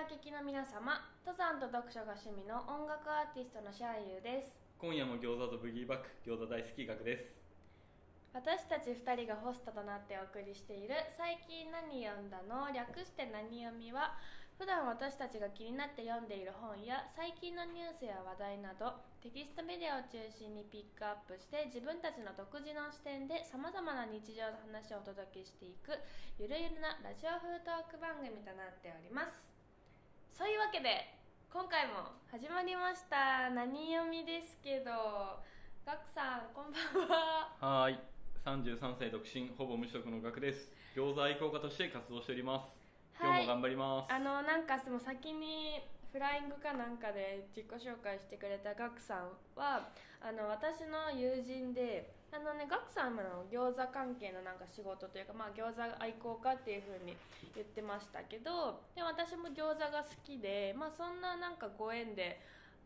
を聞きの皆様、登山と読書が趣味の音楽アーティストのシャンユーです。 今夜も餃子とブギーバック、餃子大好き学です。 私たち2人がホストとなってお送りしている最近何読んだの略して何読みは、普段私たちが気になって読んでいる本や最近のニュースや話題などテキストメディアを中心にピックアップして自分たちの独自の視点でさまざまな日常の話をお届けしていくゆるゆるなラジオ風トーク番組となっております。そういうわけで今回も始まりました。何読みですけど、ガクさんこんばんは。 はい、33歳独身ほぼ無職の学です。餃子愛好家として活動しております。今日も頑張ります。 なんかもう先にフライングかなんかで自己紹介してくれたガクさんは私の友人で、ガクさんの餃子関係のなんか仕事というか、餃子愛好家っていう風に言ってましたけど、で私も餃子が好きで、そんななんかご縁で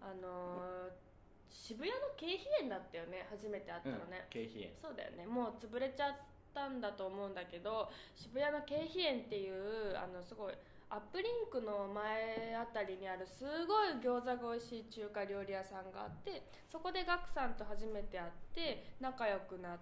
渋谷の京浜園だったよね、初めて会ったのね。 京浜園、 そうだよね、もう潰れちゃったんだと思うんだけど、渋谷の京浜園っていうすごいアップリンクの前あたりにあるすごい餃子が美味しい中華料理屋さんがあって、そこでガクさんと初めて会って仲良くなって、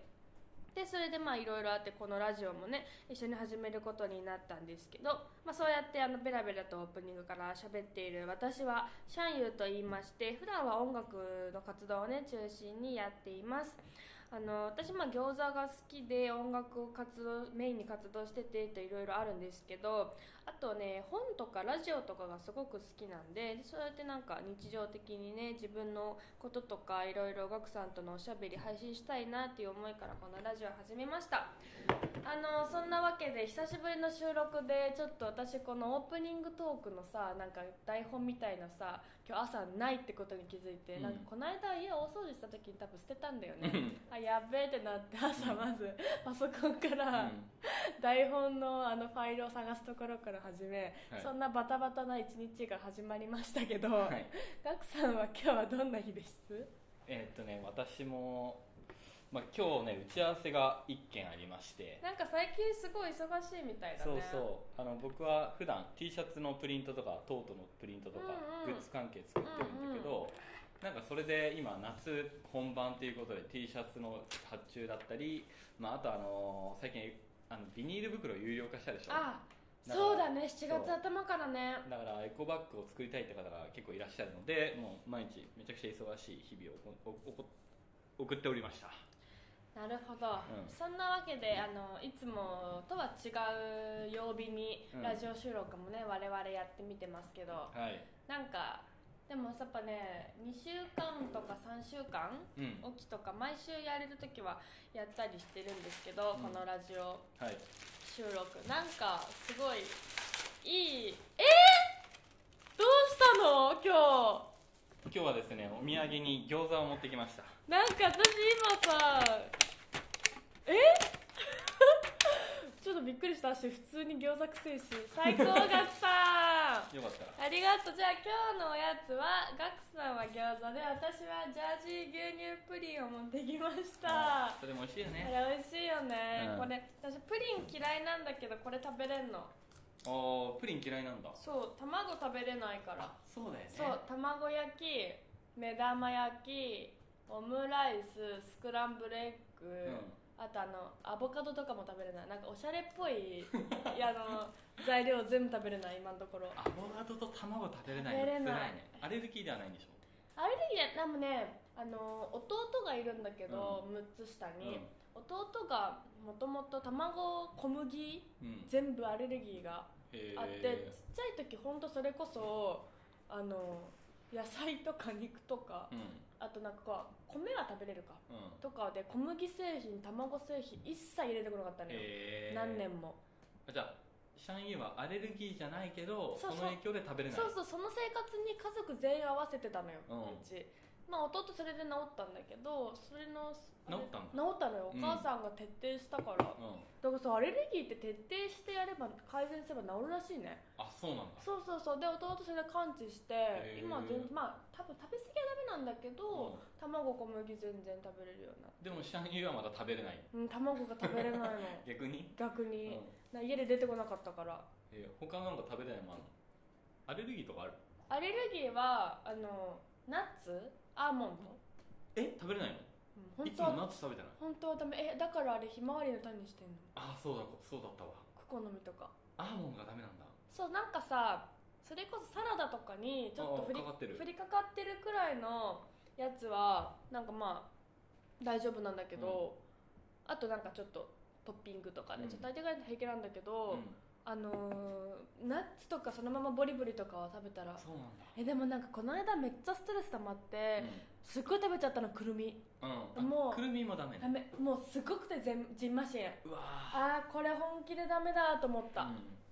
でそれでいろいろあってこのラジオもね一緒に始めることになったんですけど、そうやってベラベラとオープニングから喋っている私はシャンユーと言いまして、普段は音楽の活動をね中心にやっています。私餃子が好きで音楽をメインに活動しててといろいろあるんですけど、あとね本とかラジオとかがすごく好きなんで、そうやってなんか日常的にね自分のこととかいろいろガクさんとのおしゃべり配信したいなっていう思いからこのラジオを始めました。そんなわけで久しぶりの収録で、ちょっと私このオープニングトークのさなんか台本みたいなさ今日朝ないってことに気づいて、なんかこの間家を大掃除した時に多分捨てたんだよねあ、やっべえってなって朝まずパソコンから台本のファイルを探すところから始め、そんなバタバタな一日が始まりましたけど、ガクさんは今日はどんな日です？ 私も今日ね打ち合わせが1件ありまして、 なんか最近すごい忙しいみたいだね。 そう僕は普段 T シャツのプリントとかトートのプリントとか、グッズ関係作ってるんだけど、なんかそれで今夏本番ということで T シャツの発注だったり、あと最近ビニール袋有料化したでしょ。 そうだね、7月頭からね。 だからエコバッグを作りたいって方が結構いらっしゃるので、もう毎日めちゃくちゃ忙しい日々を送っておりました。 なるほど、そんなわけでいつもとは違う曜日にラジオ収録もね、我々やってみてますけど、なんかでもやっぱね2週間とか3週間おきとか毎週やれるときはやったりしてるんですけど、このラジオ収録なんかすごいいい。どうしたの今日はですね、お土産に餃子を持ってきました。 なんか私今さちょっとびっくりしたし、普通に餃子くせえし最高ガクさんよかったら。 ありがとう。じゃあ今日のおやつはガクさんは餃子で、私はジャージー牛乳プリンを持ってきました。 それも美味しいよね。 あれ美味しいよね、これ私プリン嫌いなんだけどこれ食べれんの。 プリン嫌いなんだ。 そう、卵食べれないから。 そうだよね。 そう、卵焼き、目玉焼き、オムライス、スクランブルエッグ、あとアボカドとかも食べれない。なんかおしゃれっぽい材料全部食べれない今のところ。 アボカドと卵食べれないのつらいね。アレルギーではないんでしょ？ アレルギーでもね、弟がいるんだけど、6つ下に、弟がもともと卵、小麦、全部アレルギーがあって、ちっちゃい時ほんとそれこそ野菜とか肉とか、あとなんか米は食べれるか、とかで小麦製品、卵製品一切入れてこなかったのよ、何年も。じゃあシャンユーはアレルギーじゃないけど、その影響で食べれない。 その生活に家族全員合わせてたのよ、うち。弟それで治ったんだけど、それの治ったのよ、お母さんが徹底したから、だからさ、アレルギーって徹底してやれば改善すれば治るらしいね。 そうなんだ。 そうで弟それで完治して、今全然多分食べ過ぎはダメなんだけど、卵小麦全然食べれるようになって。 でもシャンユーはまだ食べれない。 卵が食べれないの逆に家で出てこなかったから。 他なんか食べれないもんあるの？ アレルギーとかある？ アレルギーはナッツ、アーモンド。 食べれないの？ 本当いつもナッツ食べてない？ 本当はダメ。だからあれひまわりの種にしてんの。 そうだったわ。 クコの実とか。 アーモンドがダメなんだ。 そう、なんかさ、それこそサラダとかにちょっと振りかかってるくらいのやつはなんかまあ大丈夫なんだけど、あとなんかちょっとトッピングとかね、ちょっと大体平気なんだけど、ナッツとかそのままボリボリとかは食べたら。 そうなんだ。 でもなんかこの間めっちゃストレス溜まって、すっごい食べちゃったの、くるみ。もうくるみもダメ？ もうすごくてジンマシン。 うわこれ本気でダメだと思った。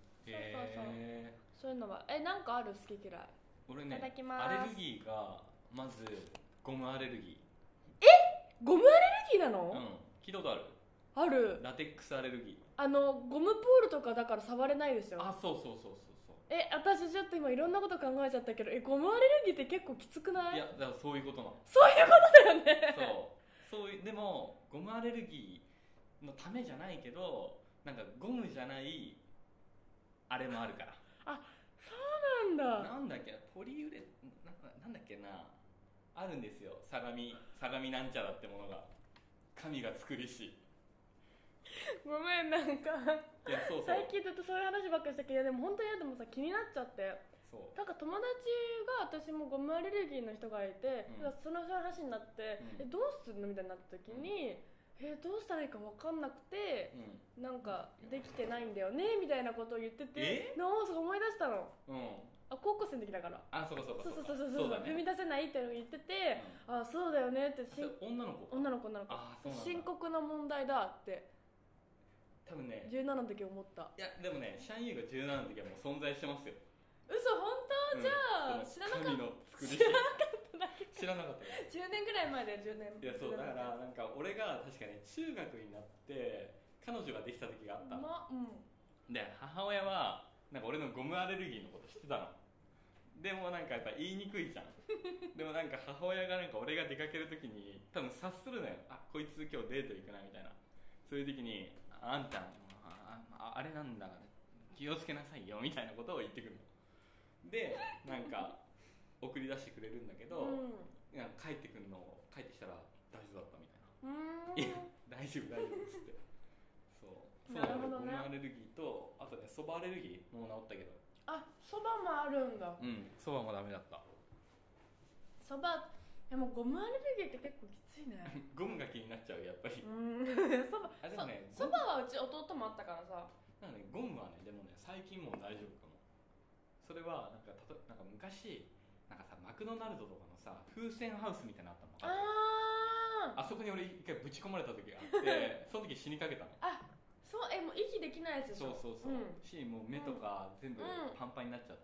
そういうのはなんかある？好き嫌い。 俺ね、 いただきます。 アレルギーがまずゴムアレルギー。ゴムアレルギーなの？ 聞いたことある？ ある。 ラテックスアレルギー。 ゴムプールとかだから触れないですよ。 そう私ちょっと今いろんなこと考えちゃったけど、ゴムアレルギーって結構きつくない？ いや、だからそういうことなの。 そういうことだよね。 そういう、でもゴムアレルギーのためじゃないけど、なんかゴムじゃないあれもあるから。 そうなんだ。 なんだっけな、ポリウレなんだっけな、あるんですよ。相模なんちゃらってものが、神が作りし。 ごめん、なんかそう最近ずっとそういう話ばっかりしたけど、でも本当にでもさ、気になっちゃって。なんか友達が、私もゴムアレルギーの人がいて、その話になって、どうするのみたいになった時に、どうしたらいいか分かんなくて、なんかできてないんだよねみたいなことを言ってて、すごい思い出したの。高校生の時だから。そう踏み出せないって言ってて、そうだよねって。 女の子。 深刻な問題だって多分ね、 17の時思った。 いやでもね、シャンユーが17の時はもう存在してますよ。 嘘？本当？じゃあ知らなかった。 神の作り。知らなかった。 10年ぐらい前だよ、10年。 いや、そうだからなんか俺が確かに中学になって彼女ができた時があったの。で母親はなんか俺のゴムアレルギーのこと知ってたの。でもなんかやっぱ言いにくいじゃん。でもなんか母親がなんか俺が出かける時に多分察するのよ。こいつ今日デート行くなみたいな。そういう時にあんたあれなんだから気をつけなさいよみたいなことを言ってくるので、なんか送り出してくれるんだけど、帰ってきたら大丈夫だったみたいな。いや大丈夫っつって。そうなるほどね。ゴムアレルギーと、あとね、そばアレルギーもう治ったけど。 そばもあるんだ。 そばもダメだった。 そば、でもゴムアレルギーって結構きついね。 ゴムが気になっちゃう、やっぱり。 そばはうち弟もあったからさ。 なんかね、ゴムはね、でもね、最近もう大丈夫かも。それはなんか昔なんかさ、マクドナルドとかのさ、風船ハウスみたいなのあったの。あそこに俺一回ぶち込まれた時があってその時死にかけたの。 もう息できないやつでしょ。 そう、もう目とか全部パンパンになっちゃって、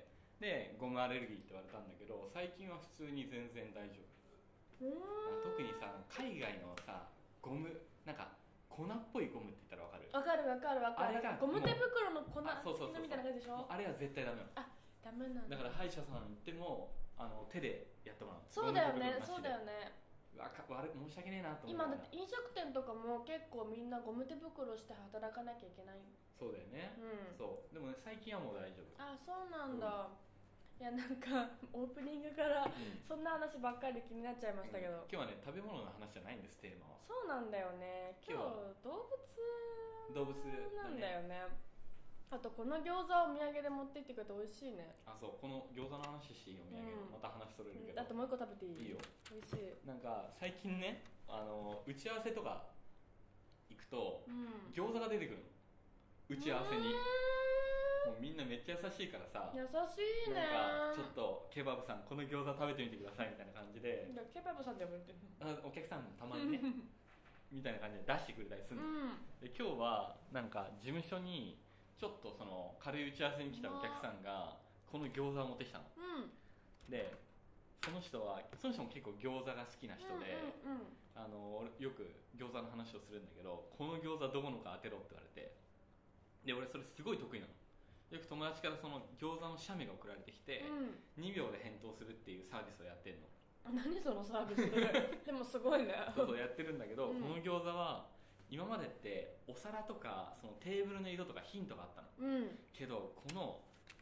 でゴムアレルギーって言われたんだけど、最近は普通に全然大丈夫。特にさ、海外のさ、ゴムなんか粉っぽいゴムって言ったらわかる？わかる。あれがゴム手袋の粉みたいな感じでしょ。 あれは絶対ダメなの。 ダメなんだ。 だから歯医者さん行っても手でやってもらう。 そうだよね。 申し訳ねえなと思う。今だって飲食店とかも結構みんなゴム手袋して働かなきゃいけない。 そうだよね。そうでもね、最近はもう大丈夫。 そうなんだ。いや、なんかオープニングからそんな話ばっかり気になっちゃいましたけど、 今日はね、食べ物の話じゃないんです、テーマは。 そうなんだよね。今日動物なんだよね。あとこの餃子をお土産で持って行ってくれて美味しいね。 そう、この餃子の話していい？お土産、また話それるけど。 あともう一個食べていい？ いいよ。 美味しい。 なんか最近ね、打ち合わせとか行くと、餃子が出てくるの。打ち合わせに。もうみんなめっちゃ優しいからさ。 優しいね。 なんかちょっとケバブさんこの餃子食べてみてくださいみたいな感じで。 ケバブさんって呼ばれてるの？お客さんもたまにねみたいな感じで出してくれたりするの。で今日はなんか事務所にちょっとその軽い打ち合わせに来たお客さんがこの餃子を持ってきたの。でその人も結構餃子が好きな人で、よく餃子の話をするんだけど、この餃子どこのか当てろって言われて、で俺それすごい得意なの。よく友達からその餃子の写メが送られてきて、2秒で返答するっていうサービスをやってんの。 何そのサービスでもすごいね。 そうやってるんだけど、この餃子は今までってお皿とかそのテーブルの色とかヒントがあったの、けどこの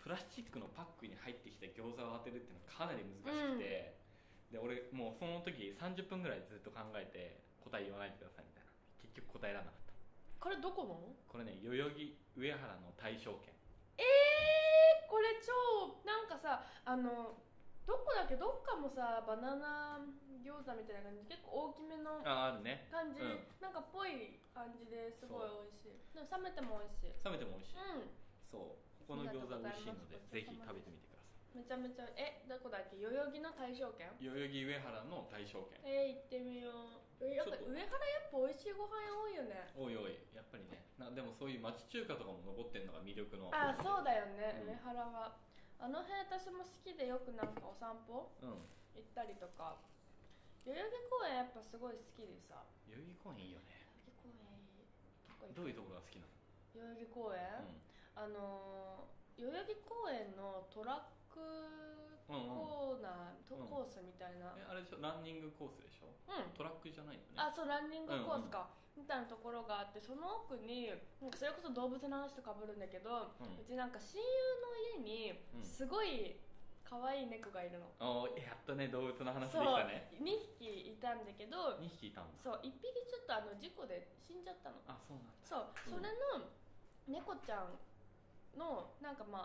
プラスチックのパックに入ってきた餃子を当てるっていうのはかなり難しくて、で俺もうその時30分ぐらいずっと考えて答え言わないでくださいみたいな、結局答えられなかった。 これどこの？ これね、代々木上原の大正軒。 これ超なんかさ、どこだっけ、どっかもさバナナ餃子みたいな感じ、結構大きめのあるね感じ、 うんなんかぽい感じですごい美味しい。でも冷めても美味しい。 冷めても美味しい、 うん、 そうここの餃子美味しいのでぜひ食べてみてください。 めちゃめちゃどこだっけ、代々木の大正軒。 代々木上原の大正軒。 行ってみよう。やっぱ上原やっぱ美味しいご飯屋多いよね。 おいおい、やっぱりね。でもそういう町中華とかも残ってるのが魅力の。 そうだよね、 うん上原はあの辺私も好きでよくなんかお散歩うん行ったりとか。代々木公園やっぱすごい好きでさ。 代々木公園いいよね。 代々木公園いい。結構どういうところが好きなの？ 代々木公園、代々木公園のトラックコーナー、コースみたいな、 あれでしょ、ランニングコースでしょ、トラックじゃないよね。 そうランニングコースか、みたいなところがあって、その奥になんかそれこそ動物の話とかぶるんだけど、うちなんか親友の家にすごい可愛い猫がいるの。 やっとね、動物の話でしたね。 そう2匹いたんだけど、 2匹いたんだ。 そう1匹ちょっと事故で死んじゃったの。 そうなんだ。 そう、それの猫ちゃんのなんか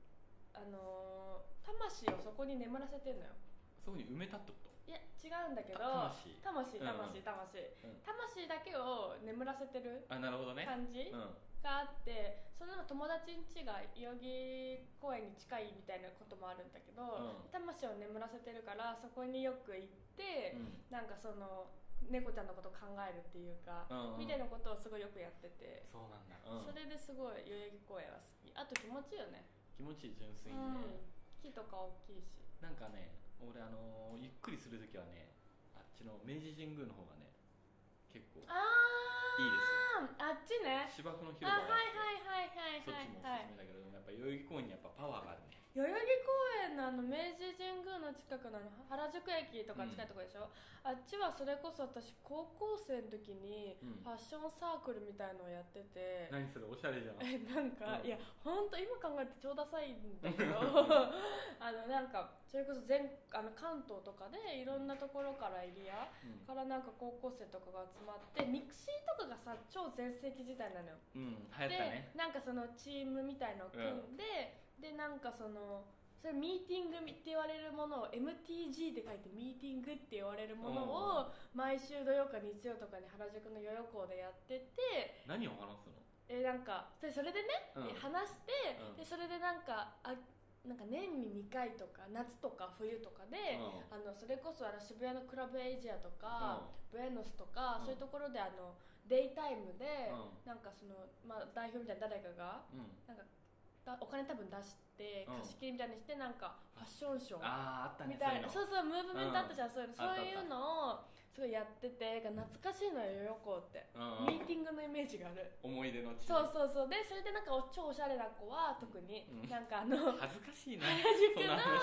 魂をそこに眠らせてんのよ。 そこに埋めたってこと？ いや違うんだけど、魂だけを眠らせてるなるほどね感じがあって、その友達ん家が代々木公園に近いみたいなこともあるんだけど、魂を眠らせてるからそこによく行って、なんかその猫ちゃんのことを考えるっていうか、みたいなことをすごいよくやってて、 そうなんだ、 それですごい代々木公園は好き。あと気持ちいいよね。 気持ちいい、純粋にね、 木とか大きいし。 なんかね、俺ゆっくりするときはね、あっちの明治神宮の方がね結構いいですよ。 あっちね、 芝生の広場があって、そっちもおすすはいめだけど、やっぱ代々木公園にやっぱパワーがあるね。 代々木公園の明治神宮の近くの原宿駅とか近いところでしょ、あっちはそれこそ私高校生の時にファッションサークルみたいのをやってて、 何それ、おしゃれじゃん。 なんか、いや本当今考えて超ダサいんだけどなんかそれこそ関東とかでいろんなところからエリアからなんか高校生とかが集まって、ミクシーとかがさ超全盛期時代なのよ。 流行ったね。 でなんかそのチームみたいのを組んで、でなんかそれミーティングって言われるものを MTG って書いてミーティングって言われるものを毎週土曜か日曜とかに原宿の代々木校でやってて、 何を話すの？ なんかそれでね、話して、でそれでなんか年に2回とか夏とか冬とかで、それこそ渋谷のクラブエイジアとか、ブエノスとか、そういうところでデイタイムで、なんか代表みたいな誰かが、なんかお金多分出して貸し切りみたいにして、なんかファッションショーみたいな、そうムーブメントあったじゃん、そういうのをすごいやってて、懐かしいのよ代々木校って、ミーティングのイメージがある。 思い出の地。 そうでそれでなんか超おしゃれな子は特に、なんか恥ずかしいな、 原宿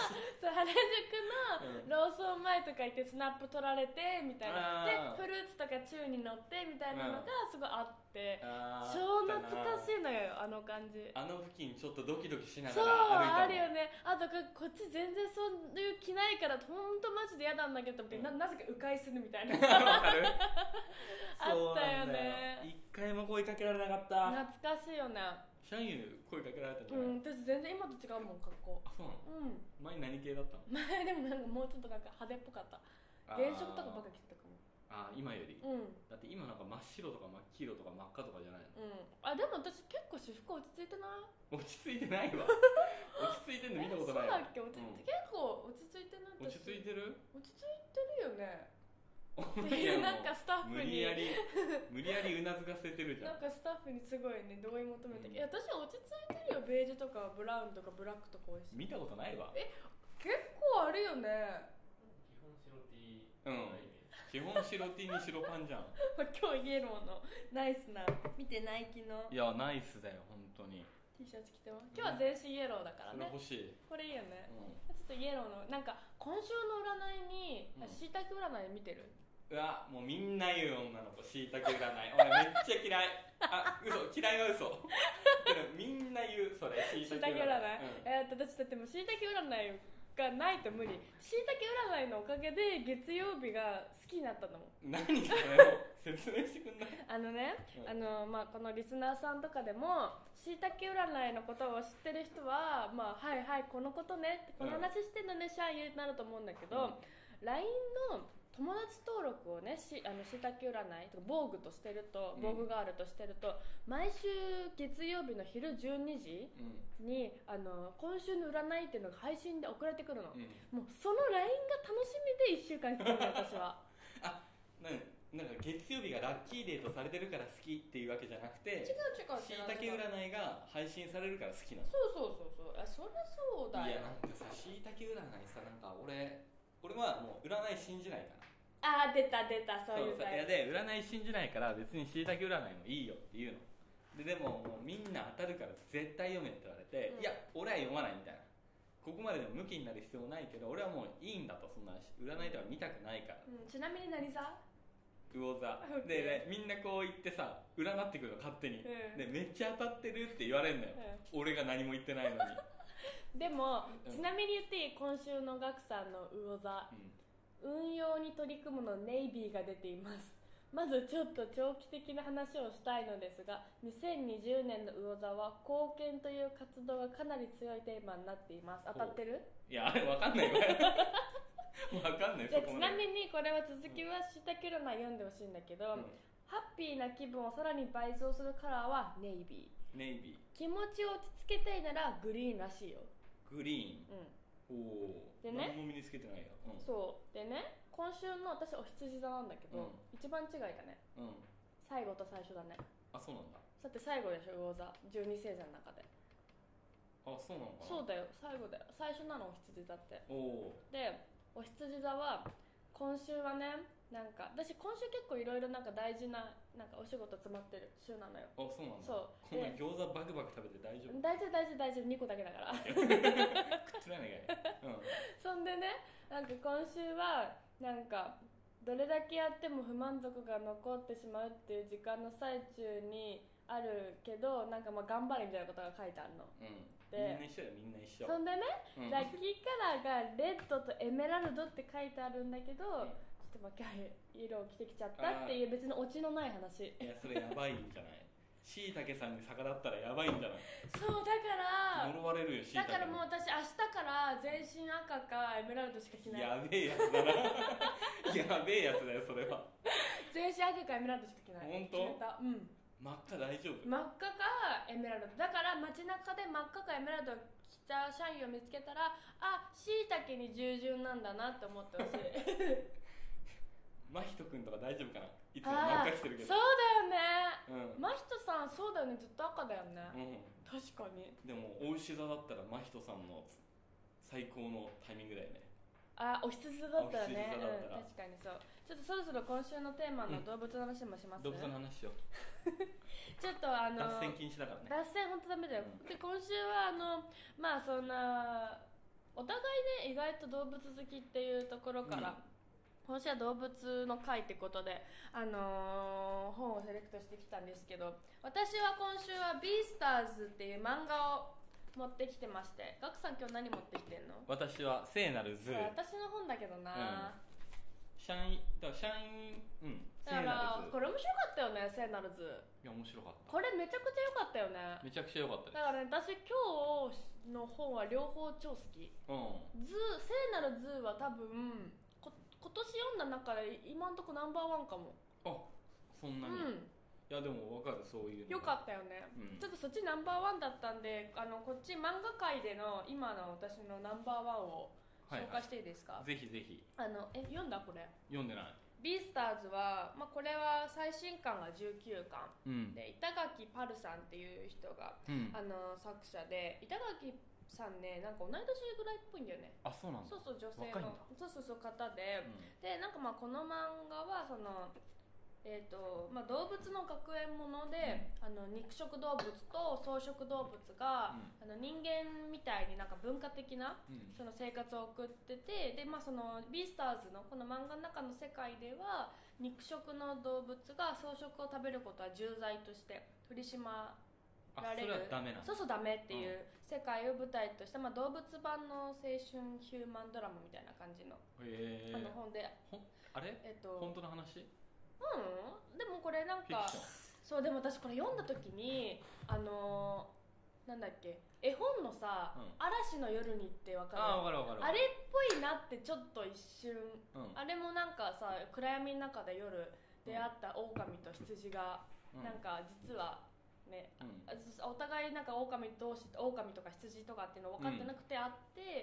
のローソン前とか行ってスナップ撮られてみたいなで、フルーツとか宙に乗ってみたいなのがすごいあって、超懐かしいのよ、あの感じ。 付近ちょっとドキドキしながそうら歩いたの。 あるよね。あとこっち全然そういう気ないから本当マジで嫌なんだけどって、なぜか迂回するみたいな。 わかる。 あったよね。 一回も声かけられなかった。 懐かしいよね。 シャイン声かけられたんじゃない？ 私全然今と違うもん、格好。 そうなの？前何系だったの？ 前でもなんかもうちょっとなんか派手っぽかった。原色とかばっか着てたかも。 今より？だって今なんか真っ白とか真っ黄色とか真っ赤とかじゃないの？ でも私結構私服落ち着いてない？ 落ち着いてないわ。落ち着いてんの見たことないわ。 そうだっけ？結構落ち着いてない？ 落ち着いてる？ 落ち着いてるよね。なんかスタッフに無理やりうなずかせてるじゃん。 なんかスタッフにすごいね同意求めて、私落ち着いてるよ。ベージュとかブラウンとかブラックとか多いし。 見たことないわ。 結構あるよね。 基本白 T。基本白 T に白パンじゃん。 今日イエローのナイスな、見てナイキの。 いやナイスだよ本当に。 T シャツ着てます。今日は全身イエローだからね。 それ欲しい。 これいいよね。ちょっとイエローのなんか今週の占いに、しいたけ占い見てる？ うわもうみんな言う女の子しいたけ占い俺めっちゃ嫌い嘘嫌いは嘘けどみんな言うそれしいたけ占い、 私だってもうしいたけ占いがないと無理。しいたけ占いのおかげで月曜日が好きになったのもん。 何それ説明してくんないこのリスナーさんとかでもしいたけ占いのことを知ってる人ははいはいこのことねこの話してんのねシャーユーってなると思うんだけど、LINE の友達登録をねしいたけ占いとか防具としてると、防具ガールとしてると毎週月曜日の昼12時に、今週の占いっていうのが配信で送られてくるの、もうその LINE が楽しみで1週間来てるの私はなんか月曜日がラッキーデーとされてるから好きっていうわけじゃなくて、 違うしいたけ占いが配信されるから好きなの。 そうそりゃそうだよ。 いやなんかさしいたけ占いさなんか俺はもう占い信じないから。 出たそういうタイプ。 で占い信じないから別にしいたけ占いもいいよって言うのでももうみんな当たるから絶対読めって言われて、いや俺は読まないみたいな、ここまででも向きになる必要もないけど俺はもういいんだと、そんな占いとか見たくないから、 ちなみに何座？ 魚座で、みんなこう言ってさ占ってくるの勝手に、でめっちゃ当たってるって言われるのよ、俺が何も言ってないのにでも、ちなみに言っていい？今週のガクさんの魚座、運用に取り組むのネイビーが出ています。まずちょっと長期的な話をしたいのですが、2020年の魚座は貢献という活動がかなり強いテーマになっています。当たってる？ いやあれ分かんないわかんない。 ちなみにこれは続きはしいたけ占い読んでほしいんだけど、ハッピーな気分をさらに倍増するカラーはネイビー。気持ちを落ち着けたいならグリーンらしいよ。 グリーン、でね、何も身につけてないよ、 そうでね、今週の私お羊座なんだけど、一番違いだね、最後と最初だね。 あ、そうなんだ。 だって最後でしょ魚座、12星座の中で。 あ、そうなのかな。 そうだよ、最後だよ、最初なのお羊座って。でお羊座は今週はね、なんか私今週結構いろいろなんか大事ななんかお仕事詰まってる週なのよ。 あ、そうなんだ。 そう。 こんな餃子バクバク食べて大丈夫？ 大丈夫2個だけだから食ってないねそんでね、なんか今週はなんかどれだけやっても不満足が残ってしまうっていう時間の最中にあるけど、なんか頑張れみたいなことが書いてあるの、でみんな一緒。 そんでね、ラッキーカラーがレッドとエメラルドって書いてあるんだけど、ちょっと色を着てきちゃったっていう別にオチのない話。 いやそれやばいんじゃない？しいたけさんに逆らったらやばいんじゃない？ そうだから呪われるよ。 だからもう私明日から全身赤かエメラルドしか着ない。 やべえやつだなやべえやつだよそれは。 全身赤かエメラルドしか着ない。 本当？真っ赤大丈夫？ 真っ赤かエメラルドだから、街中で真っ赤かエメラルド着た社員を見つけたら、しいたけに従順なんだなって思ってほしい真人くんとか大丈夫かな？いつも真っ赤着てるけど。 そうだよね、真人さんそうだよね、ずっと赤だよね、確かに。 でもお牛座だったら真人さんの最高のタイミングだよね。 お羊座だったらね、確かにそう。ちょっとそろそろ今週のテーマの動物の話もします？ 動物の話しようちょっと脱線禁止だからね。 脱線本当ダメだよ、で今週はそんなお互いね意外と動物好きっていうところから、今週は動物の会ってことで、本をセレクトしてきたんですけど、私は今週はビースターズっていう漫画を持ってきてまして、ガクさん今日何持ってきてんの？ 私は聖なるズー。 私の本だけどな、 シャインだからこれ面白かったよね、聖なるズー。 いや面白かった。 これめちゃくちゃ良かったよね。 めちゃくちゃ良かったです。 だからね、私今日の本は両方超好き。聖なるズーは多分今年読んだ中で今んとこナンバーワンかも。 そんなに、いやでも分かる、そういうのよかったよね、ちょっとそっちナンバーワンだったんで、こっち漫画界での今の私のナンバーワンを紹介していいですか？ ぜひぜひ。 読んだ？これ読んでない。 ビースターズは、これは最新刊が19巻、で板垣パルさんっていう人が、作者で、板垣さんね、なんか同い年ぐらいっぽいんだよね。 そうなんだ。 そう女性の方で、でなんかこの漫画はそのまあ、動物の学園もので、肉食動物と草食動物が、人間みたいになんか文化的な、その生活を送ってて、で、まあ、そのビースターズのこの漫画の中の世界では肉食の動物が草食を食べることは重罪として取り締まられる。 それはダメなんだ。 そうそうダメっていう世界を舞台とした、まあ、動物版の青春ヒューマンドラマみたいな感じの、本であれ、本当の話？ でもこれなんかそうでも私これ読んだ時になんだっけ絵本のさ、嵐の夜にってわかる？あれっぽいなってちょっと一瞬、あれもなんかさ暗闇の中で夜出会った狼と羊が、なんか実はね、お互いなんか狼同士狼とか羊とかっていうの分かってなくて会って、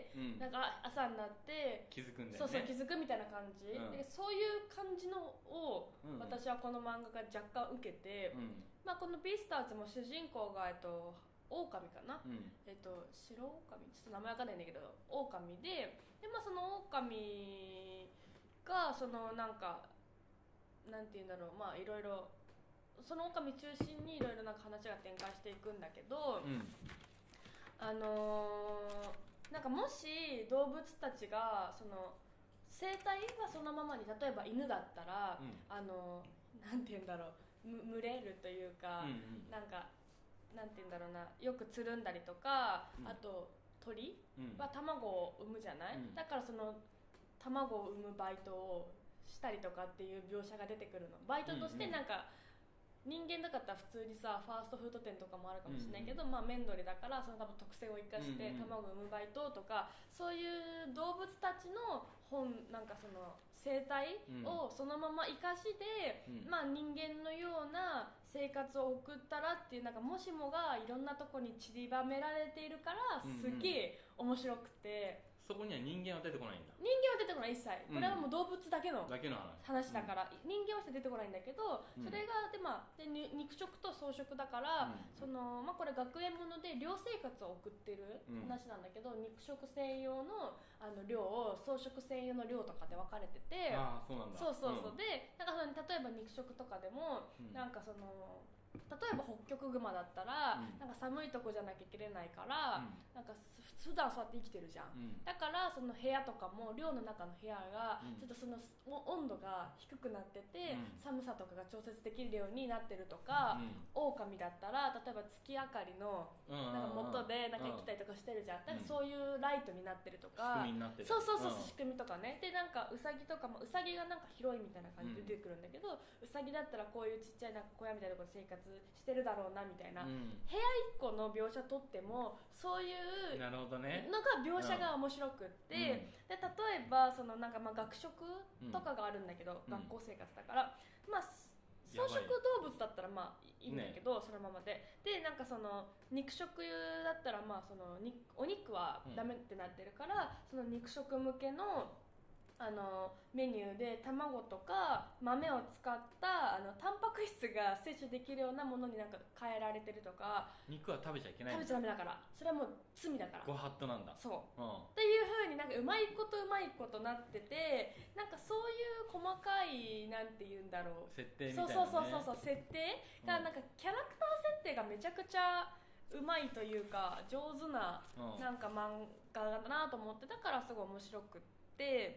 なんか朝になって気づくんだよね。 そうそう気づくみたいな感じ、でそういう感じのを、私はこの漫画が若干受けて、まあ、このビースターズも主人公が狼かな、白狼ちょっと名前わかんないんだけど狼で、まあ、その狼がそのなんかなんていうんだろう、まあいろいろその狼中心にいろいろなんか話が展開していくんだけど、なんかもし動物たちがその生態がそのままに、例えば犬だったら、なんていうんだろう、群れるというか、なんかなんていうんだろうな、よくつるんだりとか、あと鳥は卵を産むじゃない、だからその卵を産むバイトをしたりとかっていう描写が出てくるの。バイトとしてなんか、人間だったら普通にさファーストフード店とかもあるかもしれないけど、まあ麺鳥だからその多分特性を生かして卵を産むバイトとか、そういう動物たちのなんかその生態をそのまま生かして、まあ人間のような生活を送ったらっていう、なんかもしもがいろんなとこに散りばめられているからすげえ面白くて、 そこには人間は出てこないんだ。 人間は出てこない、一切。これはもう動物だけの話だから、人間は出てこないんだけど、それがで、まあ、で肉食と草食だから、そのまあ、これ学園もので寮生活を送ってる話なんだけど、肉食専用の寮を草食専用の寮とかで分かれてて、 そうなんだ。 そうで、なんか例えば肉食とかでも、なんかその例えば北極熊だったら、なんか寒いとこじゃなきゃいけないから、なんか普段そうやって生きてるじゃん、だからその部屋とかも寮の中の部屋がちょっとその温度が低くなってて、寒さとかが調節できるようになってるとか、狼だったら例えば月明かりのなんか元でなんか生きたりとかしてるじゃん、だからそういうライトになってるとか、 仕組みになってる。 そう仕組みとかね。でなんかウサギとかもウサギがなんか広いみたいな感じで出てくるんだけど、ウサギだったらこういうちっちゃいなんか小屋みたいなところで生活してるだろうなみたいな、部屋1個の描写とってもそういうのが描写が面白くって、で例えばそのなんかまあ学食とかがあるんだけど、学校生活だから、まあ草食動物だったらまあいいんだけど、そのままでなんかその肉食だったらまあそのお肉はダメってなってるから、その肉食向けのメニューで卵とか豆を使ったタンパク質が摂取できるようなものになんか変えられてるとか。 肉は食べちゃいけない。 食べちゃダメだから、それはもう罪だから。 ご法度なんだ。 そう、っていう風になんかうまいことなってて、なんかそういう細かいなんて言うんだろう、 設定みたいなね。 そう設定がなんかキャラクター設定がめちゃくちゃうまいというか上手ななんか漫画だなと思って、だからすごい面白くって、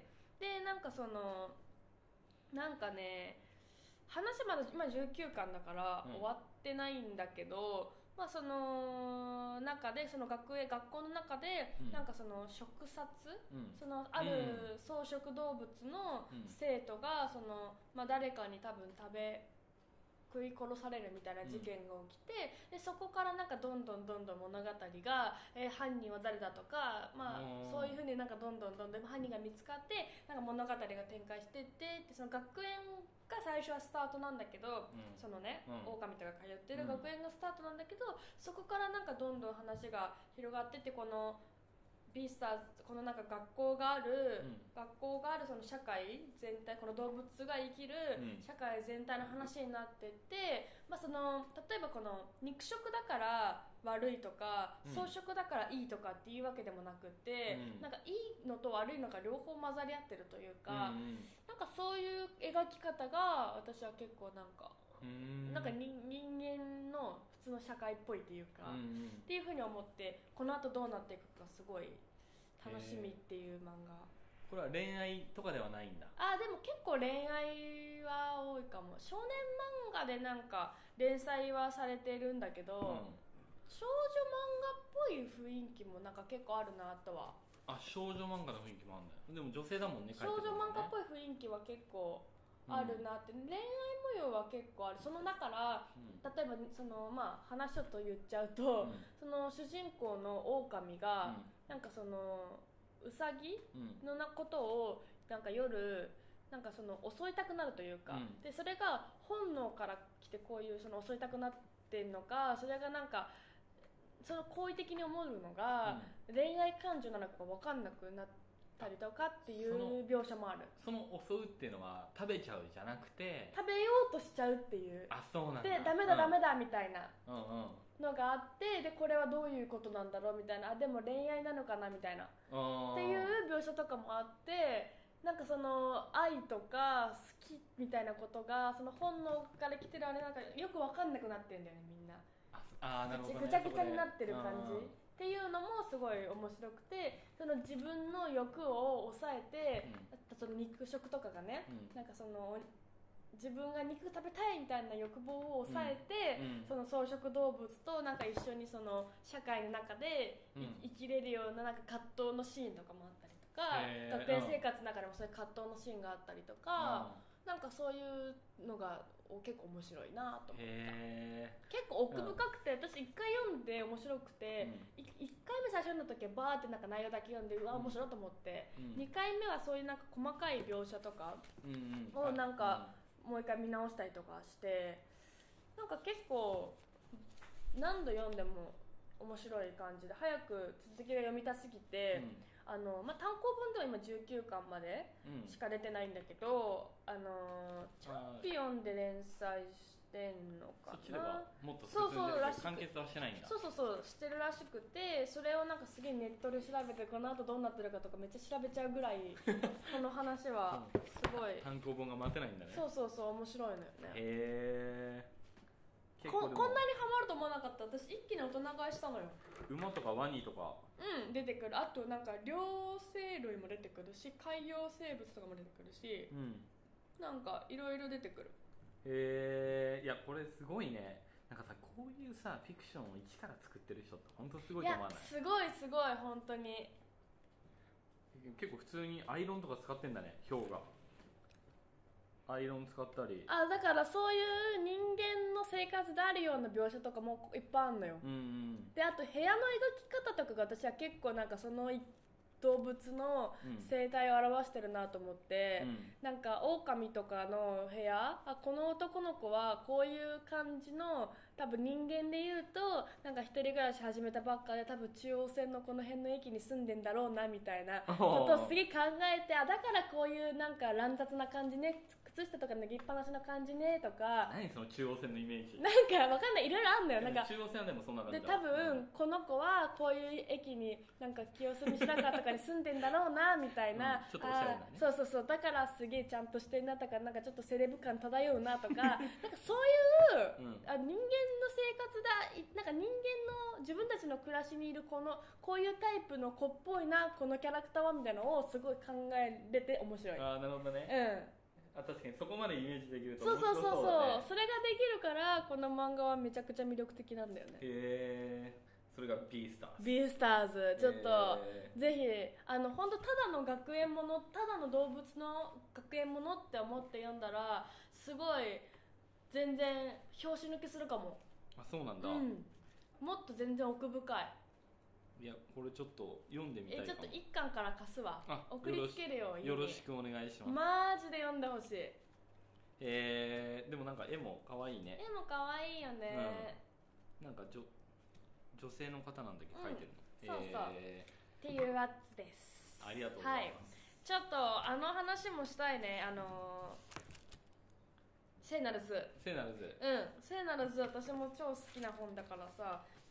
でなんかそのなんかね、話まだ今19巻だから終わってないんだけど、まあその中でその学校の中でなんかその食殺、そのある草食動物の生徒がそのまあ誰かに多分食い殺されるみたいな事件が起きて、でそこからなんかどんどん物語が、犯人は誰だとか、まあそういう風になんかどんどん犯人が見つかって、なんか物語が展開していって、その学園が最初はスタートなんだけど、そのね、狼とか通ってる学園がスタートなんだけど、そこからなんかどんどん話が広がってって、このビースターズ、このなんか学校があるその社会全体、この動物が生きる社会全体の話になってって、まあその例えばこの肉食だから悪いとか、 うん装飾だからいいとかっていうわけでもなくて、 うんなんかいいのと悪いのが両方混ざり合ってるというか、 うんなんかそういう描き方が私は結構なんか、なんか人間の普通の社会っぽいっていうか、っていうふうに思って、この後どうなっていくかすごい楽しみっていう漫画。 これは恋愛とかではないんだ。 でも結構恋愛は多いかも。少年漫画でなんか連載はされてるんだけど、少女漫画っぽい雰囲気もなんか結構あるなとは。 少女漫画の雰囲気もあるんだよ。でも女性だもんね、 少女漫画っぽい雰囲気は結構あるなって、恋愛模様は結構ある。その中から、例えばその、話ちょっと言っちゃうと、その主人公の狼が、なんかそのウサギのことをなんか夜なんかその襲いたくなるというか、でそれが本能から来てこういうその襲いたくなってんのか、それがなんかその好意的に思うのが、恋愛感情なのか分かんなくなったりとかっていう描写もある。 その襲うっていうのは食べちゃうじゃなくて、 食べようとしちゃうっていう。 そうなんだ。 でダメだダメだみたいなのがあって、でこれはどういうことなんだろうみたいな、でも恋愛なのかなみたいなっていう描写とかもあって、なんかその愛とか好きみたいなことがその本能から来てるあれなんかよく分かんなくなってるんだよね、みんな。 なるほどね、 ぐちゃぐちゃになってる感じっていうのもすごい面白くて、その自分の欲を抑えて、その肉食とかがね、なんかその自分が肉食べたいみたいな欲望を抑えて、その草食動物となんか一緒にその社会の中で生きれるような、なんか葛藤のシーンとかもあったりとか、学園生活の中でもそういう葛藤のシーンがあったりとか、なんかそういうのが結構面白いなと思った。結構奥深くて、私1回読んで面白くて、1回目最初の時はバーってなんか内容だけ読んでうわ面白いと思って、2回目はそういうなんか細かい描写とかをなんかもう一回見直したりとかして、なんか結構何度読んでも面白い感じで、早く続きが読みたすぎて、単行本では今19巻までしか出てないんだけど、チャンピオンで連載してんのかな。 そっちではもっと進んでるけど完結はしてないんだ。 そうしてるらしくて、それをなんかすげえネットで調べてこの後どうなってるかとかめっちゃ調べちゃうぐらいこの話はすごい単行本が待てないんだね。 そう面白いのよね。こんなにハマると思わなかった。私一気に大人買いしたのよ。 馬とかワニとか出てくる。あとなんか両生類も出てくるし、海洋生物とかも出てくるし、なんかいろいろ出てくる。 いやこれすごいね。なんかさ、こういうさフィクションを一から作ってる人って本当すごいと思わない？ すごい本当に。 結構普通にアイロンとか使ってんだね、氷が。アイロン使ったり。 だからそういう人間の生活であるような描写とかもいっぱいあるのよ。であと部屋の描き方とかが私は結構なんかその動物の生態を表してるなと思って、なんか狼とかの部屋、この男の子はこういう感じの、多分人間で言うとなんか一人暮らし始めたばっかで多分中央線のこの辺の駅に住んでんだろうなみたいなことをすげえ考えて、だからこういうなんか乱雑な感じね、靴下とか脱ぎっぱなしの感じねとか。 何その中央線のイメージ。 なんかわかんない、いろいろあんのよ。なんか中央線はでもそんな感じで、多分この子はこういう駅になんか清澄白河とかに住んでんだろうなみたいな、 ちょっとおしゃれなね。 そうだからすげえちゃんとしてんなとか、なんかちょっとセレブ感漂うなとかなんかそういう、人間の生活だ、なんか人間の自分たちの暮らしにいるこういうタイプの子っぽいなこのキャラクターはみたいなのをすごい考えれて面白い。 なるほどね。確かにそこまでイメージできると面白そうだね。 それができるからこの漫画はめちゃくちゃ魅力的なんだよね。 それがビースターズ。 ビースターズ、ちょっと、ぜひ本当ただの学園もの、ただの動物の学園ものって思って読んだらすごい全然拍子抜けするかも。 そうなんだ。 もっと全然奥深い。 いやこれちょっと読んでみたいかも。 ちょっと1巻から貸すわ。送りつけるよ。 よろしくお願いします。 マジで読んでほしい。 でもなんか絵も可愛いね。 絵も可愛いよね。 なんか女性の方なんだけど描いてるの。 っていうやつです。 ありがとうございます。 ちょっと話もしたいね。聖なる図。 聖なる図。 聖なる図私も超好きな本だからさ、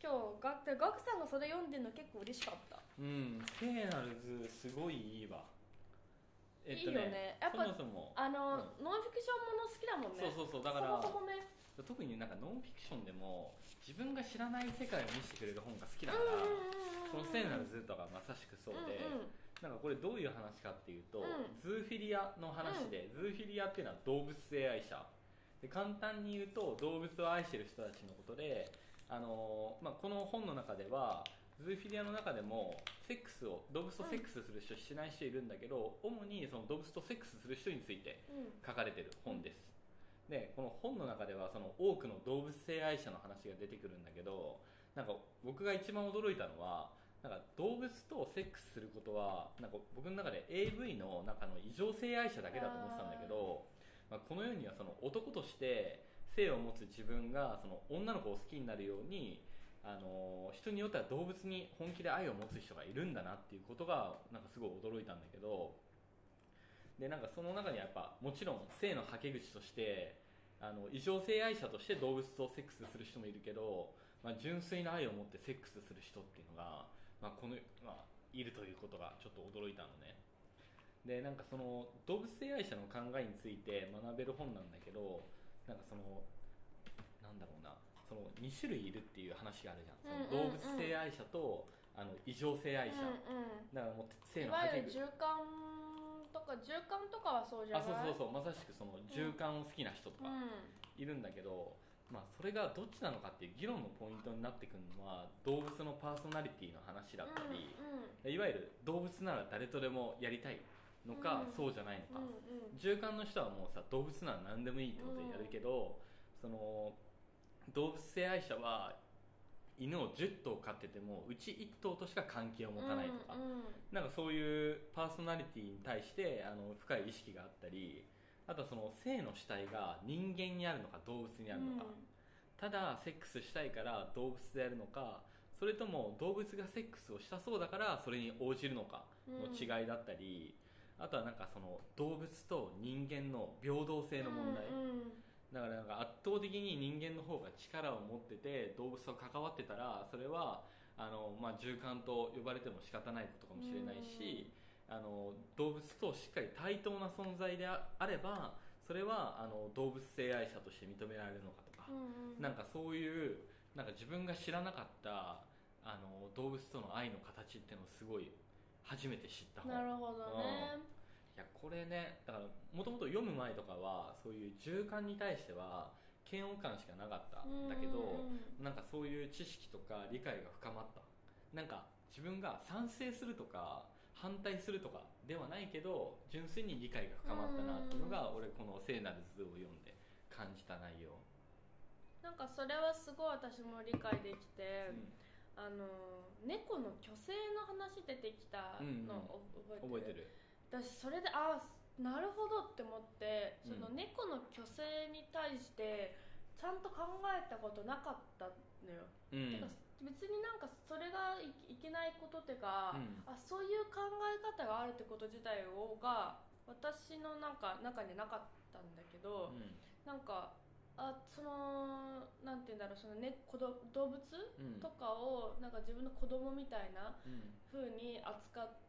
今日ガクさんがそれ読んでるの結構嬉しかった。 聖なる図すごいいいわ。 いいよね。やっぱそもそもノンフィクションもの好きだもんね。 そうだからそもそもね、 特になんかノンフィクションでも自分が知らない世界を見せてくれる本が好きだから、この聖なる図とかまさしくそうで、なんかこれどういう話かっていうと、ズーフィリアの話で、ズーフィリアっていうのは動物性愛者で、簡単に言うと動物を愛してる人たちのことで、この本の中ではズーフィリアの中でも動物とセックスする人、しない人いるんだけど、主にその動物とセックスする人について書かれてる本です。でこの本の中ではその多くの動物性愛者の話が出てくるんだけど、なんか僕が一番驚いたのは、なんか動物とセックスすることはなんか僕の中で AV の中の異常性愛者だけだと思ってたんだけど、この世にはその男として性を持つ自分がその女の子を好きになるように、人によっては動物に本気で愛を持つ人がいるんだなっていうことがなんかすごい驚いたんだけど、でなんかその中にはやっぱもちろん性のはけ口として異常性愛者として動物とセックスする人もいるけど、純粋な愛を持ってセックスする人っていうのが、いるということがちょっと驚いたのね。でなんかその動物性愛者の考えについて学べる本なんだけど、なんかそのなんだろうな、その2種類いるっていう話があるじゃん、その動物性愛者と異常性愛者、だからもう性のはけ口、 いわゆる循環とかはそうじゃない？ そうまさしくその循環を好きな人とかいるんだけど、それがどっちなのかっていう議論のポイントになってくるのは動物のパーソナリティの話だったり、いわゆる動物なら誰とでもやりたいのか、そうじゃないのか、循環の人はもうさ動物なら何でもいいってことでやるけど、その動物性愛者は犬を10頭飼っててもうち1頭としか関係を持たないとか、なんかそういうパーソナリティに対して深い意識があったり、あとはその性の主体が人間にあるのか動物にあるのか、ただセックスしたいから動物でやるのか、それとも動物がセックスをしたそうだからそれに応じるのかの違いだったり、あとはなんかその動物と人間の平等性の問題、だからなんか圧倒的に人間の方が力を持ってて動物と関わってたら、それは循環と呼ばれても仕方ないことかもしれないし、動物としっかり対等な存在であればそれは動物性愛者として認められるのかとか、なんかそういうなんか自分が知らなかった動物との愛の形っていうのをすごい初めて知った本。 なるほどね。 いやこれね、だからもともと読む前とかはそういう循環に対しては嫌悪感しかなかったんだけど、なんかそういう知識とか理解が深まった。なんか自分が賛成するとか反対するとかではないけど純粋に理解が深まったなっていうのが俺この聖なる図を読んで感じた内容。 なんかそれはすごい私も理解できて、猫の虚勢の話出てきたの覚えてる？私それでなるほどって思って、その猫の虚勢に対してちゃんと考えたことなかったのよ、てか別になんかそれが いけないことっていうか、そういう考え方があるってこと自体が私の中になかったんだけど、なんかそのなんていうんだろう、その、ね、動物、とかをなんか自分の子供みたいな風に扱って、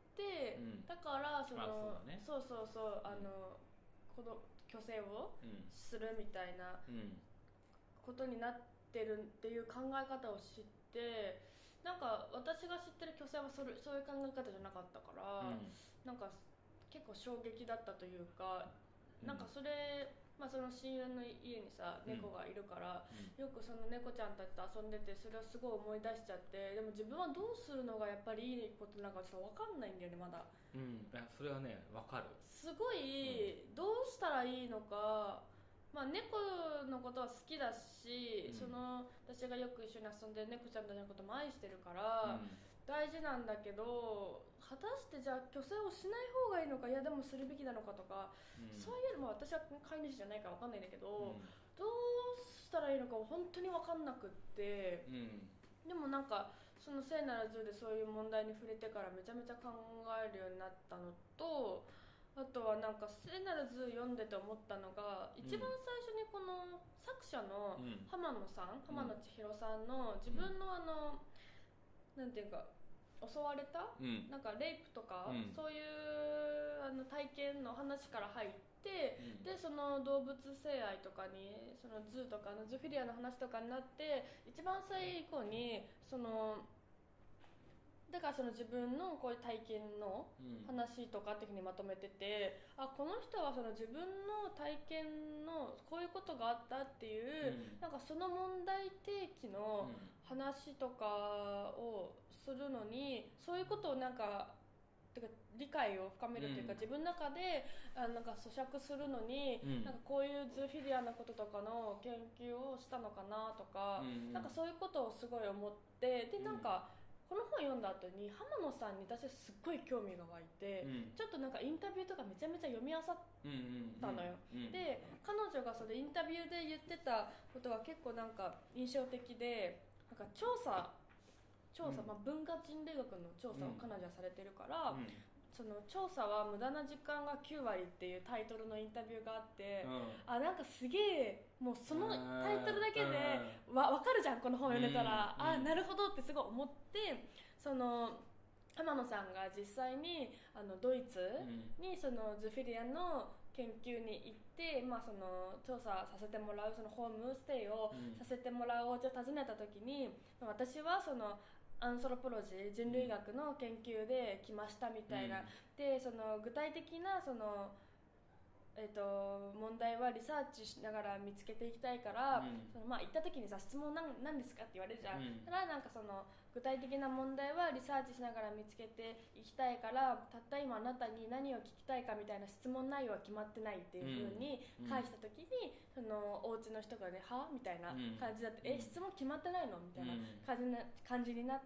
だからその、虚勢をするみたいなことになってるっていう考え方を知って、なんか私が知ってる虚勢はそういう考え方じゃなかったから、なんか結構衝撃だったというか、なんかそれその親友の家にさ猫がいるから、よくその猫ちゃんたちと遊んでてそれをすごい思い出しちゃって、でも自分はどうするのがやっぱりいいことなんかちょっと分かんないんだよねまだ。 それはね分かる。 すごい、どうしたらいいのか、猫のことは好きだし、その私がよく一緒に遊んでる猫ちゃんたちのことも愛してるから、大事なんだけど、果たしてじゃあ虚勢をしない方がいいのか、いやでもするべきなのかとか、そういうのも私は飼い主じゃないから分かんないんだけど、どうしたらいいのか本当に分かんなくって、でもなんかその聖なる図でそういう問題に触れてからめちゃめちゃ考えるようになったのと、 あとはなんか聖なる図読んでて思ったのが、一番最初にこの作者の浜野さん、浜野千尋さんの自分のなんていうか襲われた、なんかレイプとか、そういう体験の話から入って、でその動物性愛とかにそのズーとかのズフィリアの話とかになって、一番最後にそのだからその自分のこういう体験の話とかっていうふうにまとめてて、あ、この人はその自分の体験のこういうことがあったっていう、なんかその問題提起の話とかをするのに、そういうことをなんかてか理解を深めるというか、自分の中でなんか咀嚼するのに、なんかこういうズーフィリアのこととかの研究をしたのかなとか、なんかそういうことをすごい思って、でなんかこの本読んだ後に浜野さんに私すっごい興味が湧いて、ちょっとなんかインタビューとかめちゃめちゃ読み漁ったのよ、で彼女がそれインタビューで言ってたことが結構なんか印象的で、なんか調査、まあ、文化人類学の調査を彼女はされてるから、その調査は無駄な時間が9割っていうタイトルのインタビューがあって、あ、なんかすげえもうそのタイトルだけで分かるじゃん、この本読んでたら、あ、なるほどってすごい思って、その浜野さんが実際にドイツにそのズフィリアの研究に行って、まあ、その調査させてもらう、そのホームステイをさせてもらうお家を訪ねた時に、私はそのアンソロポロジー、人類学の研究で来ましたみたいな、でその具体的なその問題はリサーチしながら見つけていきたいから、そのまあ行った時にさ、質問なんですかって言われるじゃん、だからなんかその具体的な問題はリサーチしながら見つけていきたいから、たった今あなたに何を聞きたいかみたいな質問内容は決まってないっていう風に返した時に、そのお家の人がね、はみたいな感じだって、質問決まってないのみたいな感じになって、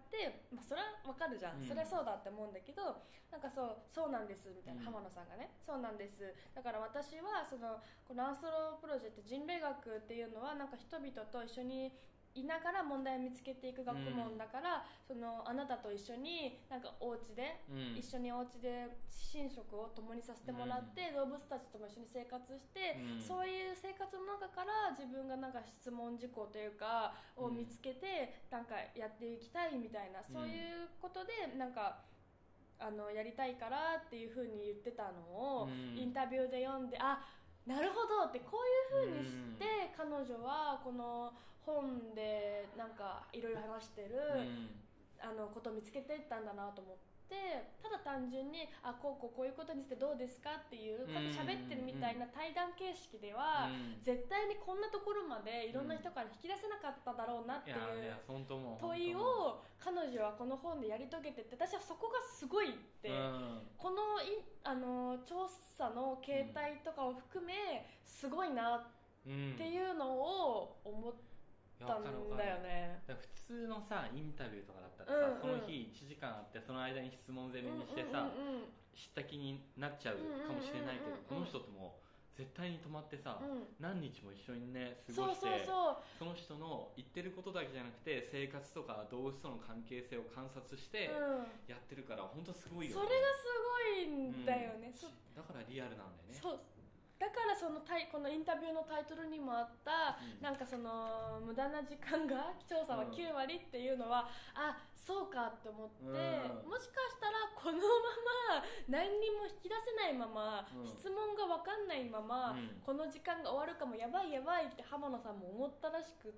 まあ、それはわかるじゃん、それはそうだって思うんだけど、なんかそうなんですみたいな、浜野さんがね、そうなんです、だから私はこのアンソロプロジェクト、人類学っていうのはなんか人々と一緒にいながら問題を見つけていく学問だから、そのあなたと一緒になんかお家で、一緒にお家で寝食を共にさせてもらって、動物たちとも一緒に生活して、そういう生活の中から自分がなんか質問事項というかを見つけて、なんかやっていきたいみたいな、そういうことでなんかやりたいからっていう風に言ってたのをインタビューで読んで、あ、なるほどって、こういう風にして彼女はこの本でなんかいろいろ話してることを見つけていったんだなと思って、ただ単純にこういうことにしてどうですかっていうこうやって喋ってるみたいな対談形式では絶対にこんなところまでいろんな人から引き出せなかっただろうなっていう問いを彼女はこの本でやり遂げてて、私はそこがすごいって、この調査の形態とかを含めすごいなっていうのを思ったんだよね。 普通のさインタビューとかだったらさ、その日1時間あってその間に質問攻めにしてさ、知った気になっちゃうかもしれないけど、この人とも絶対に泊まってさ、何日も一緒にね過ごして、その人の言ってることだけじゃなくて生活とか動物との関係性を観察してやってるから、本当すごいよね。 それがすごいんだよね、 だからリアルなんだよね。 そうだからこのインタビューのタイトルにもあった、なんかその無駄な時間が調査は9割っていうのは、あ、そうかって思って、もしかしたらこのまま何にも引き出せないまま、質問が分かんないまま、この時間が終わるかも、やばいやばいって浜野さんも思ったらしくって、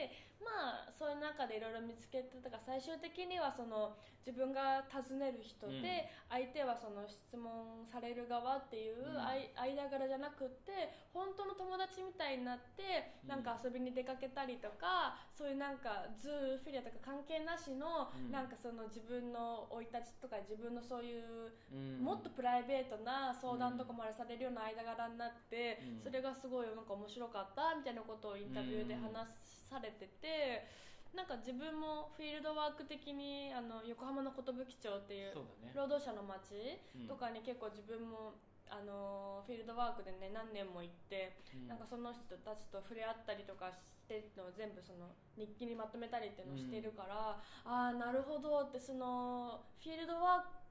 まあそういう中でいろいろ見つけてたから、最終的にはその自分が尋ねる人で、相手はその質問される側っていう間柄じゃなくって、本当の友達みたいになってなんか遊びに出かけたりとか、そういうなんかズーフィリアとか関係なしの、なんかその自分の生い立ちとか自分のそういうもっとプライベートな相談とかまでされるような間柄になって、それがすごいなんか面白かったみたいなことをインタビューで話されてて、なんか自分もフィールドワーク的に横浜の寿町っていう労働者の町とかに結構自分もフィールドワークでね何年も行って、なんかその人たちと触れ合ったりとかしてるのを全部その日記にまとめたりっていうのをしているから、ああなるほどって、そのフィールドワー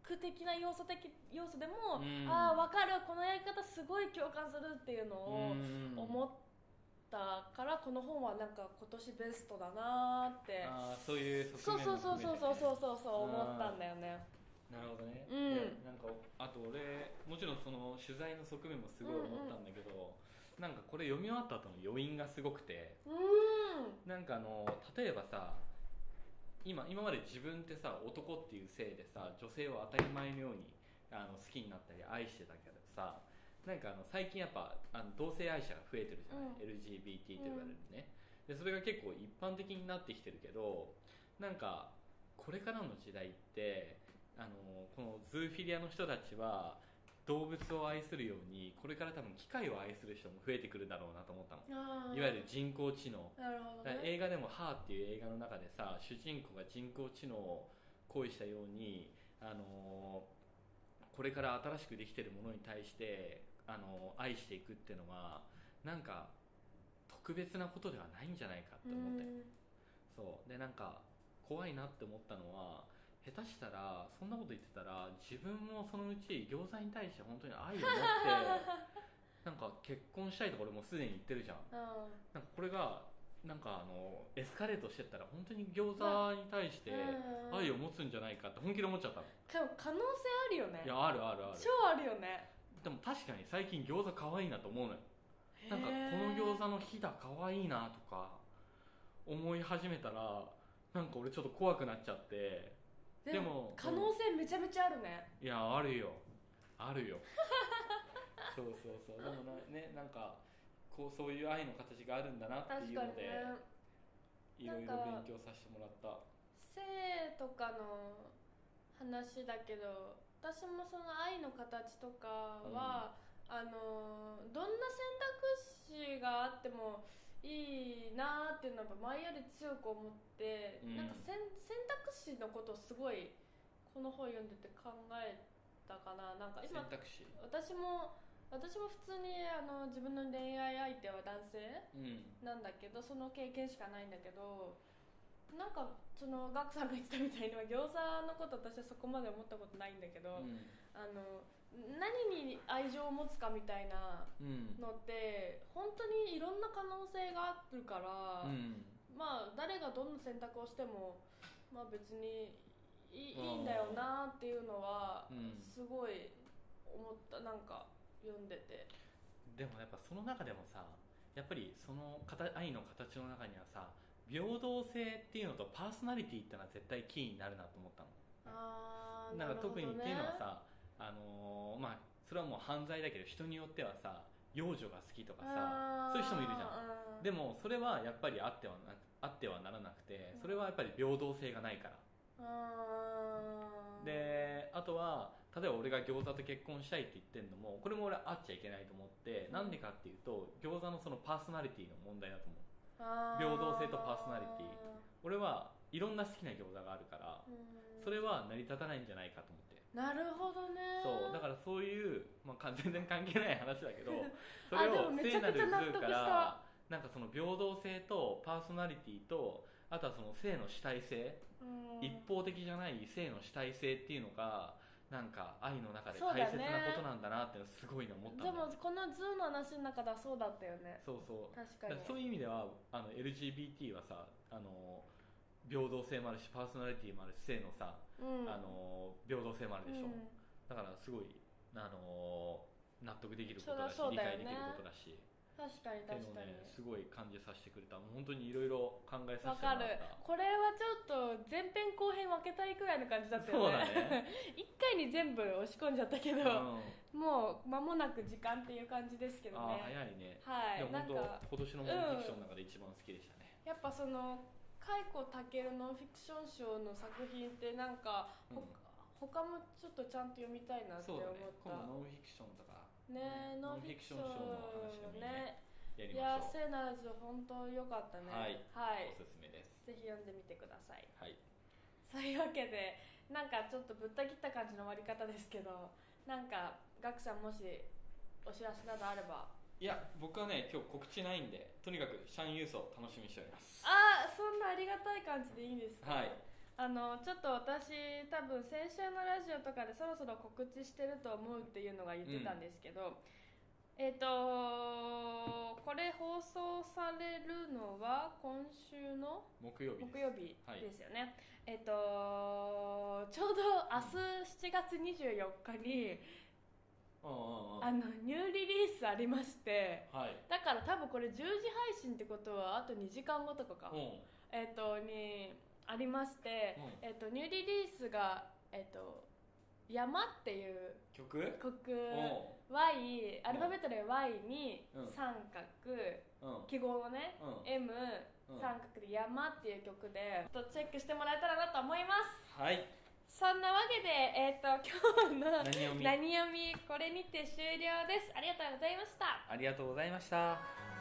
的な要素でも、 うんああ分かる、このやり方すごい共感するっていうのを思ったから、この本はなんか今年ベストだなって、 そういう側面も含めて、ね、 そう思ったんだよね。 なるほどね、なんかあと俺もちろんその取材の側面もすごい思ったんだけど、なんかこれ読み終わった後の余韻がすごくて、なんか例えばさ、今まで自分ってさ、男っていうせいでさ、女性を当たり前のように好きになったり愛してたけどさ、なんか最近やっぱ同性愛者が増えてるじゃない、LGBT と言われるね、でそれが結構一般的になってきてるけど、なんかこれからの時代ってこのズーフィリアの人たちは動物を愛するように、これから多分機械を愛する人も増えてくるだろうなと思ったの。いわゆる人工知能。 なるほどね。 映画でも「ハー」っていう映画の中でさ、主人公が人工知能を行為したように、これから新しくできてるものに対して愛していくっていうのはなんか特別なことではないんじゃないかって思って、そうで、なんか怖いなって思ったのは、下手したらそんなこと言ってたら自分もそのうち餃子に対して本当に愛を持ってなんか結婚したいところもすでに言ってるじゃん、なんかこれがなんかエスカレートしてったら本当に餃子に対して愛を持つんじゃないかって本気で思っちゃったの。 可能性あるよね。 いや、ある超あるよね。 でも確かに最近餃子可愛いなと思うのよ。なんかこの餃子のひだ可愛いなとか思い始めたら、なんか俺ちょっと怖くなっちゃって。 でも可能性めちゃめちゃあるね。 いや、あるよそうでもね、なんかそういう愛の形があるんだなっていうので、いろいろ勉強させてもらった。 性とかの話だけど、私もその愛の形とかは、どんな選択肢があってもいいなっていうのは前より強く思って、なんか選択肢のことをすごいこの本読んでて考えたかな。なんか今選択肢、 私も普通に自分の恋愛相手は男性なんだけど、その経験しかないんだけど、なんかそのガクさんが言ってたみたいに餃子のこと私はそこまで思ったことないんだけど、何に愛情を持つかみたいなのって本当にいろんな可能性があるから、まあ誰がどんな選択をしてもまあ別にいいんだよなっていうのはすごい思った。なんか読んでて、 でもやっぱその中でもさ、やっぱりその愛の形の中にはさ、平等性っていうのとパーソナリティっていうのは絶対キーになるなと思ったの。なんか特にっていうのはさ、まあそれはもう犯罪だけど、人によってはさ、幼女が好きとかさ、そういう人もいるじゃん。でもそれはやっぱりあってはならなくて、それはやっぱり平等性がないから。で、あとは例えば俺が餃子と結婚したいって言ってるのも、これも俺あっちゃいけないと思って、なんでかっていうと餃子のそのパーソナリティの問題だと思う。平等性とパーソナリティ、俺はいろんな好きな餃子があるから、それは成り立たないんじゃないかと思って。 なるほどね。 そうだからそういう、全然関係ない話だけどそれを聖なる図からなんかその平等性とパーソナリティと、あとはその性の主体性、一方的じゃない性の主体性っていうのがなんか愛の中で大切なことなんだなってすごい思ったんだよね。 でもこの図の話の中ではそうだったよね。 そう確かに。 そういう意味ではLGBT はさ、平等性もあるし、パーソナリティもあるし、性のさ、平等性もあるでしょ、だからすごい納得できることだし、理解できることだし、 確かにっていうのをね、すごい感じさせてくれた。もう本当にいろいろ考えさせてもらった。 わかる。これはちょっと前編後編分けたいくらいの感じだったよね。 そうだね一回に全部押し込んじゃったけど、もう間もなく時間っていう感じですけどね。 早いね。 はい。 でも本当今年のノンフィクションの中で一番好きでしたね。 やっぱその海子健のフィクション賞の作品ってなんか、他もちょっとちゃんと読みたいなって思った。 そうだね。今度ノンフィクションとかね、ノンフィクション賞の話もね。 やりましょう。 聖なる図本当良かったね。 はい。おすすめです。 ぜひ読んでみてください。 はい。 そういうわけで、なんかちょっとぶった切った感じの終わり方ですけど、なんかガクさんもしお知らせなどあれば。 いや、僕はね今日告知ないんで、とにかくシャンユースを楽しみにしております。 そんなありがたい感じでいいんですか。 はい。 ちょっと私多分先週のラジオとかでそろそろ告知してると思うっていうのが言ってたんですけど、これ放送されるのは今週の木曜日ですよね、ちょうど明日7月24日にニューリリースありまして、 はい、 だから多分これ10時配信ってことはあと2時間後とかか、にありまして、ニューリリースが山っていう曲 Y アルファベットで Y に三角、記号のね、M、三角で山っていう曲でチェックしてもらえたらなと思います。 はい、 そんなわけで、今日の何読みこれにて終了です。ありがとうございました。 ありがとうございました。